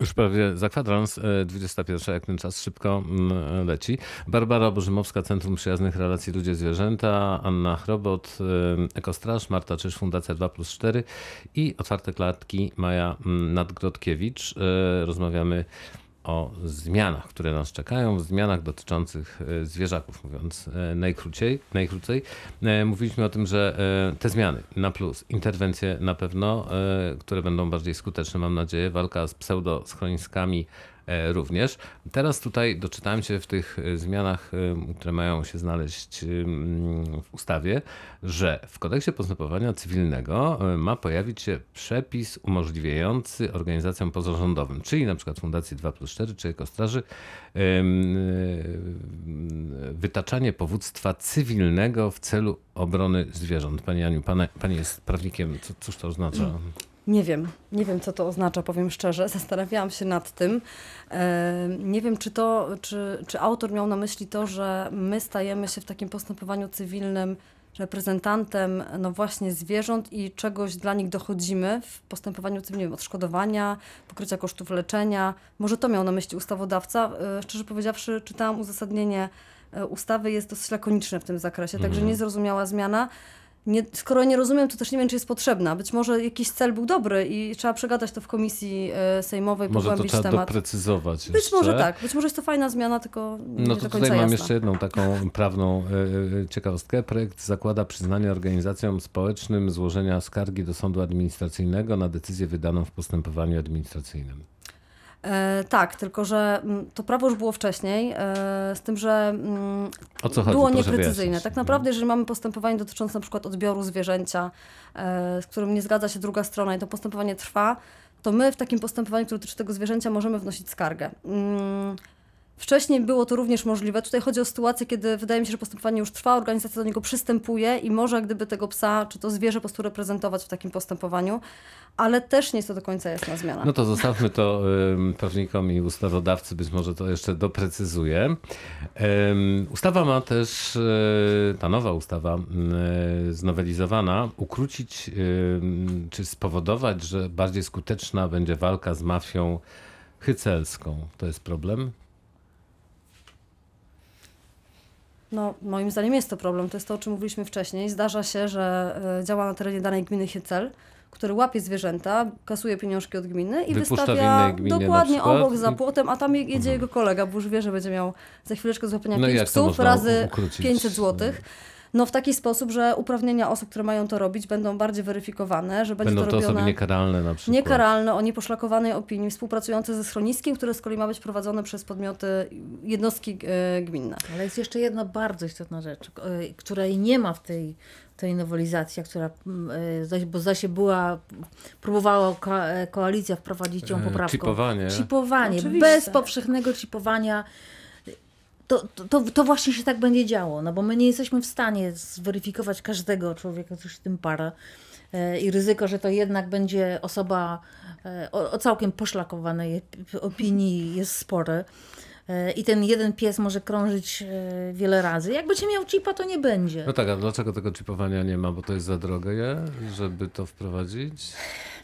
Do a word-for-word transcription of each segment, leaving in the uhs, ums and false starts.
Już prawie za kwadrans, e, dwudziesta pierwsza, jak ten czas szybko mm, leci. Barbara Bożymowska, Centrum Przyjaznych Relacji Ludzie-Zwierzęta, Anna Chrobot, e, Ekostraż, Marta Czyż, Fundacja dwa plus cztery i Otwarte Klatki, Maja mm, Nadgrodkiewicz. E, Rozmawiamy o zmianach, które nas czekają, zmianach dotyczących e, zwierzaków, mówiąc e, najkrócej. najkrócej. E, Mówiliśmy o tym, że e, te zmiany na plus, interwencje na pewno, e, które będą bardziej skuteczne, mam nadzieję, walka z pseudoschroniskami e, również. Teraz tutaj doczytałem się w tych e, zmianach, e, które mają się znaleźć e, w ustawie, że w kodeksie postępowania cywilnego e, ma pojawić się przepis umożliwiający organizacjom pozarządowym, czyli na przykład Fundacji dwa plus cztery czy Ekostraży, e, e, wytaczanie powództwa cywilnego w celu obrony zwierząt. Pani Aniu, pane, pani jest prawnikiem, co, cóż to oznacza? Nie wiem, nie wiem co to oznacza, powiem szczerze. Zastanawiałam się nad tym. E, Nie wiem, czy to, czy, czy autor miał na myśli to, że my stajemy się w takim postępowaniu cywilnym reprezentantem no właśnie zwierząt i czegoś dla nich dochodzimy w postępowaniu cywilnym, odszkodowania, pokrycia kosztów leczenia. Może to miał na myśli ustawodawca. E, Szczerze powiedziawszy, czytałam uzasadnienie e, ustawy, jest dosyć lakoniczne w tym zakresie, także Mhm. niezrozumiała zmiana. Nie, skoro nie rozumiem, to też nie wiem, czy jest potrzebna. Być może jakiś cel był dobry i trzeba przegadać to w komisji e, sejmowej, Może to pogłębić trzeba temat. doprecyzować Być jeszcze. może tak, być może jest to fajna zmiana, tylko nie No do to końca tutaj mam jasna. jeszcze jedną taką prawną e, e, ciekawostkę. Projekt zakłada przyznanie organizacjom społecznym złożenia skargi do sądu administracyjnego na decyzję wydaną w postępowaniu administracyjnym. E, tak, tylko że mm, to prawo już było wcześniej, e, z tym, że mm, O co chodzi? było Proszę nieprecyzyjne. wyjaśnić. Tak naprawdę, jeżeli mamy postępowanie dotyczące na przykład odbioru zwierzęcia, e, z którym nie zgadza się druga strona i to postępowanie trwa, to my w takim postępowaniu, które dotyczy tego zwierzęcia, możemy wnosić skargę. Mm, Wcześniej było to również możliwe. Tutaj chodzi o sytuację, kiedy wydaje mi się, że postępowanie już trwa, organizacja do niego przystępuje i może jak gdyby tego psa, czy to zwierzę po prostu reprezentować w takim postępowaniu, ale też nie jest to do końca jasna zmiana. No to zostawmy to ym, prawnikom i ustawodawcy, być może to jeszcze doprecyzuje. Ym, Ustawa ma też, y, ta nowa ustawa y, znowelizowana, ukrócić ym, czy spowodować, że bardziej skuteczna będzie walka z mafią hycelską. To jest problem? No, moim zdaniem jest to problem. To jest to, o czym mówiliśmy wcześniej. Zdarza się, że e, działa na terenie danej gminy Hycel, który łapie zwierzęta, kasuje pieniążki od gminy i Wypuszcza w wystawia innej gminie na dokładnie przykład obok, za i- płotem, a tam je- jedzie Mhm. jego kolega, bo już wie, że będzie miał za chwileczkę złapania No i pięć jak to psów można razy ukrócić? pięćset złotych. No w taki sposób, że uprawnienia osób, które mają to robić, będą bardziej weryfikowane, że będzie Będą to to osoby robione niekaralne na przykład. niekaralne, o nieposzlakowanej opinii, współpracujące ze schroniskiem, które z kolei ma być prowadzone przez podmioty, jednostki e, gminne. Ale jest jeszcze jedna bardzo istotna rzecz, k- y, której nie ma w tej, tej nowelizacji, a która, y, zaś- bo zaś była, próbowała ko- e, koalicja wprowadzić ją E, poprawką. Chipowanie. Chipowanie. Oczywiście. Bez powszechnego chipowania. To, to, to, to właśnie się tak będzie działo, no bo my nie jesteśmy w stanie zweryfikować każdego człowieka, co się tym para. E, I ryzyko, że to jednak będzie osoba e, o, o całkiem poszlakowanej opinii jest spore. E, I ten jeden pies może krążyć e, wiele razy. Jak będzie miał chipa, to nie będzie. No tak, a dlaczego tego chipowania nie ma? Bo to jest za drogie, żeby to wprowadzić?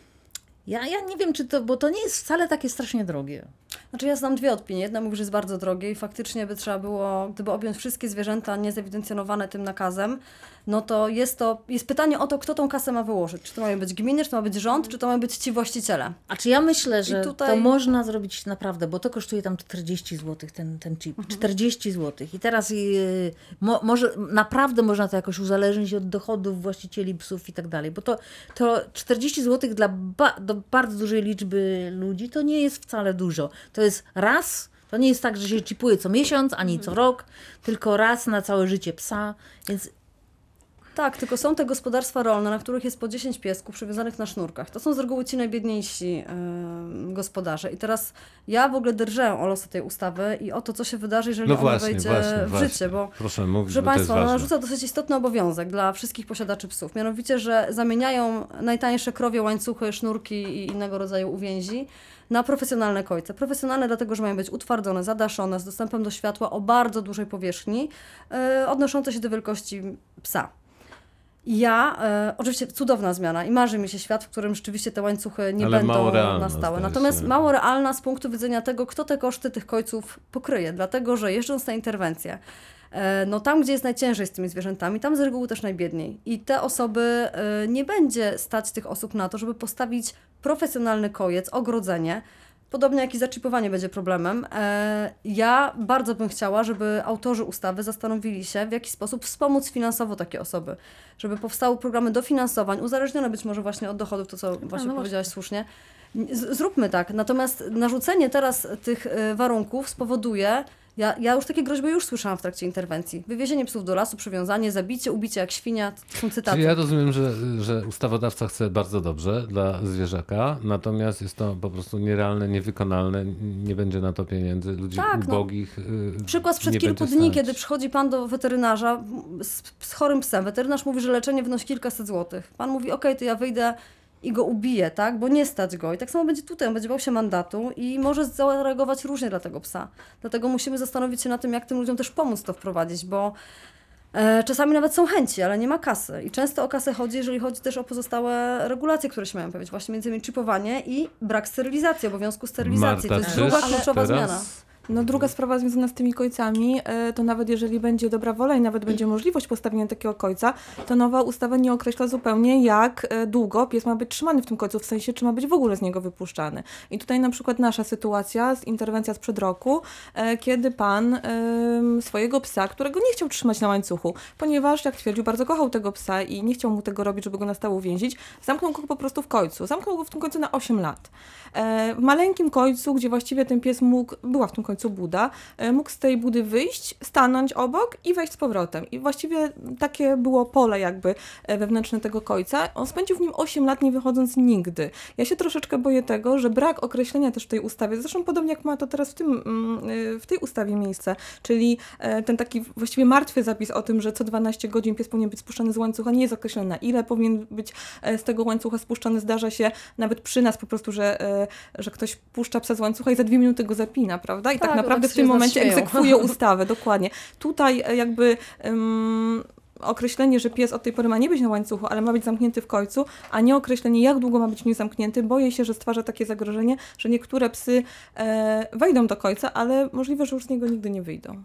Ja, ja nie wiem, czy to, bo to nie jest wcale takie strasznie drogie. Znaczy ja znam dwie opinie. Jedna mówi, że jest bardzo drogie i faktycznie by trzeba było, gdyby objąć wszystkie zwierzęta niezewidencjonowane tym nakazem, no to jest to, jest pytanie o to, kto tą kasę ma wyłożyć. Czy to mają być gminy, czy to ma być rząd, czy to mają być ci właściciele. A czy ja myślę, że tutaj- to można zrobić naprawdę, bo to kosztuje tam czterdzieści złotych ten, ten chip. czterdzieści złotych. I teraz yy, mo, może naprawdę można to jakoś uzależnić od dochodów właścicieli psów i tak dalej, bo to, to czterdzieści złotych dla ba, do bardzo dużej liczby ludzi to nie jest wcale dużo. To jest raz, to nie jest tak, że się chipuje co miesiąc, ani co rok, tylko raz na całe życie psa, więc Tak, tylko są te gospodarstwa rolne, na których jest po dziesięć piesków przywiązanych na sznurkach. To są z reguły ci najbiedniejsi yy, gospodarze. I teraz ja w ogóle drżę o losy tej ustawy i o to, co się wydarzy, jeżeli No ona właśnie, wejdzie właśnie, w właśnie. życie, bo Proszę mówić, proszę bo to jest Państwa, ona ważne. narzuca dosyć istotny obowiązek dla wszystkich posiadaczy psów. Mianowicie, że zamieniają najtańsze krowie łańcuchy, sznurki i innego rodzaju uwięzi na profesjonalne kojce. Profesjonalne dlatego, że mają być utwardzone, zadaszone, z dostępem do światła o bardzo dużej powierzchni, yy, odnoszące się do wielkości psa. Ja, e, oczywiście cudowna zmiana i marzy mi się świat, w którym rzeczywiście te łańcuchy nie Ale będą mało realna, na stałe. zdaje Natomiast się. mało realna z punktu widzenia tego, kto te koszty tych kojców pokryje. Dlatego, że jeżdżąc na interwencję, e, no tam, gdzie jest najciężej z tymi zwierzętami, tam z reguły też najbiedniej. I te osoby, e, nie będzie stać tych osób na to, żeby postawić profesjonalny kojec, ogrodzenie. Podobnie jak i zaczipowanie będzie problemem. E, Ja bardzo bym chciała, żeby autorzy ustawy zastanowili się, w jaki sposób wspomóc finansowo takie osoby. Żeby powstały programy dofinansowań, uzależnione być może właśnie od dochodów, to co właśnie no powiedziałaś słusznie. Z- Zróbmy tak. Natomiast narzucenie teraz tych e, warunków spowoduje, ja, ja już takie groźby już słyszałam w trakcie interwencji. Wywiezienie psów do lasu, przywiązanie, zabicie, ubicie jak świnia, to są cytaty. Czyli ja rozumiem, że, że ustawodawca chce bardzo dobrze dla zwierzaka, natomiast jest to po prostu nierealne, niewykonalne, nie będzie na to pieniędzy, ludzi Tak, no. ubogich. y, Przykład sprzed nie kilku będzie dni, stać. kiedy przychodzi pan do weterynarza z, z chorym psem. Weterynarz mówi, że leczenie wynosi kilkaset złotych. Pan mówi, okej, to ja wyjdę i go ubiję, tak? Bo nie stać go. I tak samo będzie tutaj, on będzie bał się mandatu i może zareagować różnie dla tego psa. Dlatego musimy zastanowić się na tym, jak tym ludziom też pomóc to wprowadzić, bo e, czasami nawet są chęci, ale nie ma kasy. I często o kasę chodzi, jeżeli chodzi też o pozostałe regulacje, które się mają pojawić. Właśnie między innymi chipowanie i brak sterylizacji, obowiązku sterylizacji. Marta, to jest czyż druga kluczowa teraz? zmiana. No druga sprawa związana z tymi kojcami, e, to nawet jeżeli będzie dobra wola i nawet będzie możliwość postawienia takiego kojca, to nowa ustawa nie określa zupełnie, jak e, długo pies ma być trzymany w tym kojcu, w sensie, czy ma być w ogóle z niego wypuszczany. I tutaj na przykład nasza sytuacja, interwencja sprzed roku, e, kiedy pan e, swojego psa, którego nie chciał trzymać na łańcuchu, ponieważ, jak twierdził, bardzo kochał tego psa i nie chciał mu tego robić, żeby go na stałe uwięzić, zamknął go po prostu w kojcu. Zamknął go w tym kojcu na osiem lat. E, w maleńkim kojcu, gdzie właściwie ten pies mógł, była w tym kojcu buda, e, mógł z tej budy wyjść, stanąć obok i wejść z powrotem. I właściwie takie było pole jakby e, wewnętrzne tego kojca. On spędził w nim osiem lat, nie wychodząc nigdy. Ja się troszeczkę boję tego, że brak określenia też w tej ustawie, zresztą podobnie jak ma to teraz w, tym, mm, e, w tej ustawie miejsce, czyli e, ten taki właściwie martwy zapis o tym, że co dwanaście godzin pies powinien być spuszczany z łańcucha, nie jest określony, na ile powinien być e, z tego łańcucha spuszczany. Zdarza się nawet przy nas po prostu, że, e, że ktoś puszcza psa z łańcucha i za dwie minuty go zapina, prawda? I tak, Tak, naprawdę tak w tym się z nas momencie śmieją. egzekwuje ustawę, dokładnie. Tutaj e, jakby um, określenie, że pies od tej pory ma nie być na łańcuchu, ale ma być zamknięty w kojcu, a nie określenie, jak długo ma być w nim zamknięty. Boję się, że stwarza takie zagrożenie, że niektóre psy e, wejdą do kojca, ale możliwe, że już z niego nigdy nie wyjdą.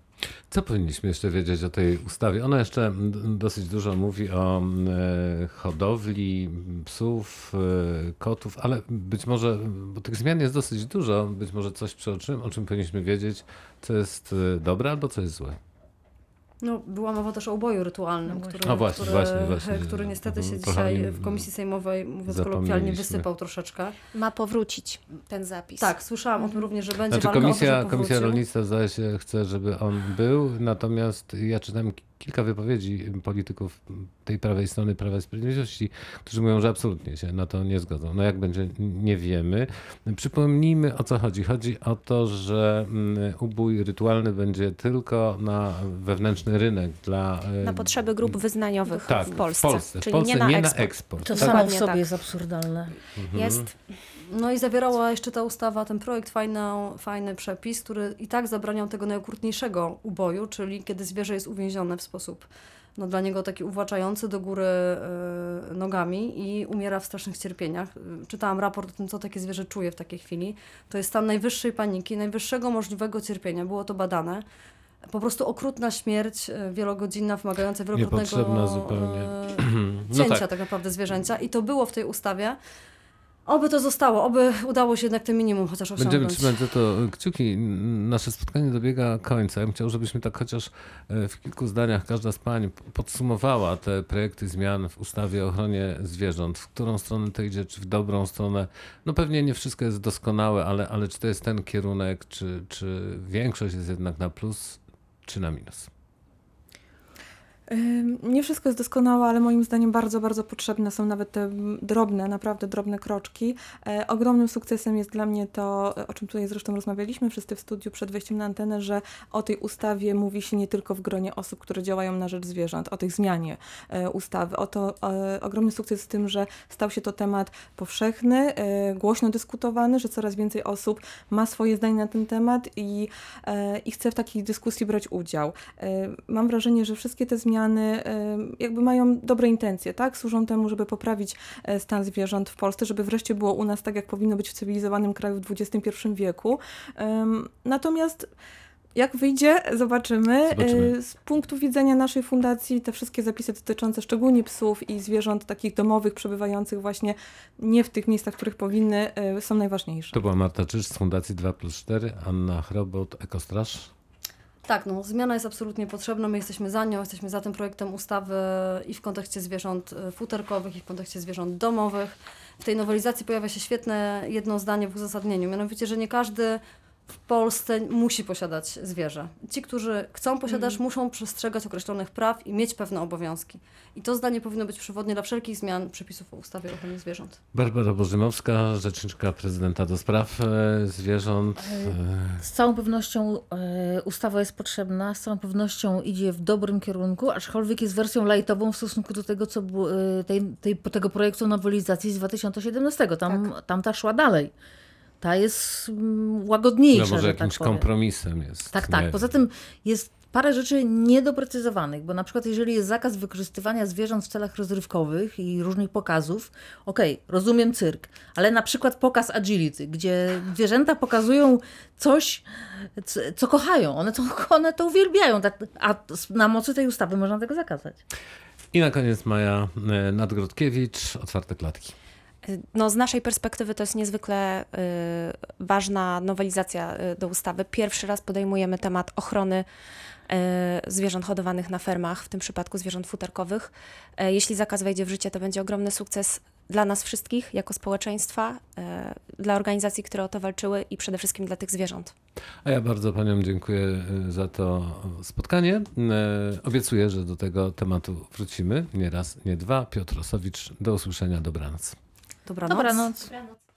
Co powinniśmy jeszcze wiedzieć o tej ustawie? Ona jeszcze d- dosyć dużo mówi o e, hodowli psów, e, kotów, ale być może, bo tych zmian jest dosyć dużo, być może coś przeoczyłem, o czym powinniśmy wiedzieć, co jest e, dobre albo co jest złe. No, była mowa też o uboju rytualnym, No który, A właśnie, który, właśnie, właśnie. który niestety Mhm, się trochę dzisiaj nie- w Komisji Sejmowej, mówiąc kolokwialnie, zapomnieliśmy. wysypał troszeczkę. Ma powrócić ten zapis. Tak, słyszałam o tym również, że będzie Znaczy walka o to, komisja, żeby komisja powrócił. rolnictwa zdaje się chce, żeby on był, natomiast ja czytałem kilka wypowiedzi polityków tej prawej strony Prawa i Sprawiedliwości, którzy mówią, że absolutnie się na to nie zgodzą. No jak będzie, nie wiemy. Przypomnijmy, o co chodzi. Chodzi o to, że mm, ubój rytualny będzie tylko na wewnętrzny rynek dla... e, Na potrzeby grup wyznaniowych tak, w Polsce. w Polsce, w Czyli Polsce, nie na nie eksport. na eksport. To Tak? samo w Dokładnie sobie tak. jest absurdalne. Jest. No i zawierała jeszcze ta ustawa, ten projekt fajną, fajny przepis, który i tak zabraniał tego najokrutniejszego uboju, czyli kiedy zwierzę jest uwięzione w sposób no, dla niego taki uwłaczający do góry y, nogami i umiera w strasznych cierpieniach. Y, Czytałam raport o tym, co takie zwierzę czuje w takiej chwili. To jest stan najwyższej paniki, najwyższego możliwego cierpienia. Było to badane. Po prostu okrutna śmierć, y, wielogodzinna, wymagająca wielokrotnego Niepotrzebna zupełnie. y, No cięcia tak. tak naprawdę zwierzęcia. I to było w tej ustawie. Oby to zostało, oby udało się jednak te minimum chociaż osiągnąć. Będziemy trzymać za to kciuki. Nasze spotkanie dobiega końca. Ja bym chciał, żebyśmy tak chociaż w kilku zdaniach każda z pań podsumowała te projekty zmian w ustawie o ochronie zwierząt. W którą stronę to idzie, czy w dobrą stronę? No pewnie nie wszystko jest doskonałe, ale, ale czy to jest ten kierunek, czy, czy większość jest jednak na plus, czy na minus? Nie wszystko jest doskonałe, ale moim zdaniem bardzo, bardzo potrzebne są nawet te drobne, naprawdę drobne kroczki. E, ogromnym sukcesem jest dla mnie to, o czym tutaj zresztą rozmawialiśmy wszyscy w studiu przed wejściem na antenę, że o tej ustawie mówi się nie tylko w gronie osób, które działają na rzecz zwierząt, o tej zmianie e, ustawy. O to e, ogromny sukces w tym, że stał się to temat powszechny, e, głośno dyskutowany, że coraz więcej osób ma swoje zdanie na ten temat i, e, i chce w takiej dyskusji brać udział. E, mam wrażenie, że wszystkie te zmiany zmiany y, jakby mają dobre intencje, tak? Służą temu, żeby poprawić e, stan zwierząt w Polsce, żeby wreszcie było u nas tak, jak powinno być w cywilizowanym kraju w dwudziestym pierwszym wieku. Ym, Natomiast jak wyjdzie, zobaczymy. Zobaczymy. Y, Z punktu widzenia naszej fundacji te wszystkie zapisy dotyczące szczególnie psów i zwierząt takich domowych, przebywających właśnie nie w tych miejscach, w których powinny, y, są najważniejsze. To była Marta Czyż z Fundacji dwa plus cztery, Anna Chrobot, Ekostraż. Tak, no, zmiana jest absolutnie potrzebna. My jesteśmy za nią, jesteśmy za tym projektem ustawy i w kontekście zwierząt y, futerkowych, i w kontekście zwierząt domowych. W tej nowelizacji pojawia się świetne jedno zdanie w uzasadnieniu, mianowicie, że nie każdy w Polsce musi posiadać zwierzę. Ci, którzy chcą posiadać, Mm. muszą przestrzegać określonych praw i mieć pewne obowiązki. I to zdanie powinno być przewodnie dla wszelkich zmian przepisów o ustawie o ochronie zwierząt. Barbara Bożymowska, rzeczniczka prezydenta do spraw e, zwierząt. E, Z całą pewnością e, ustawa jest potrzebna, z całą pewnością idzie w dobrym kierunku, aczkolwiek jest wersją lightową w stosunku do tego, co było, e, tej, tej, tego projektu nowelizacji z dwa tysiące siedemnastego. Tam, tam ta szła dalej. Ta jest mm, łagodniejsza, no może że jakimś tak powiem. kompromisem jest. Tak, tak. nie? Poza tym jest parę rzeczy niedoprecyzowanych, bo na przykład jeżeli jest zakaz wykorzystywania zwierząt w celach rozrywkowych i różnych pokazów, okej, rozumiem cyrk, ale na przykład pokaz agility, gdzie zwierzęta pokazują coś, co, co kochają, one to, one to uwielbiają, tak, a na mocy tej ustawy można tego zakazać. I na koniec Maja e, Nadgrodkiewicz, Otwarte klatki. No, z naszej perspektywy to jest niezwykle y, ważna nowelizacja y, do ustawy. Pierwszy raz podejmujemy temat ochrony y, zwierząt hodowanych na fermach, w tym przypadku zwierząt futerkowych. Y, jeśli zakaz wejdzie w życie, to będzie ogromny sukces dla nas wszystkich jako społeczeństwa, y, dla organizacji, które o to walczyły i przede wszystkim dla tych zwierząt. A ja bardzo paniom dziękuję e, za to spotkanie. E, Obiecuję, że do tego tematu wrócimy. Nie raz, nie dwa. Piotr Osowicz, do usłyszenia, dobranoc. Dobranoc. Dobranoc. Dobranoc.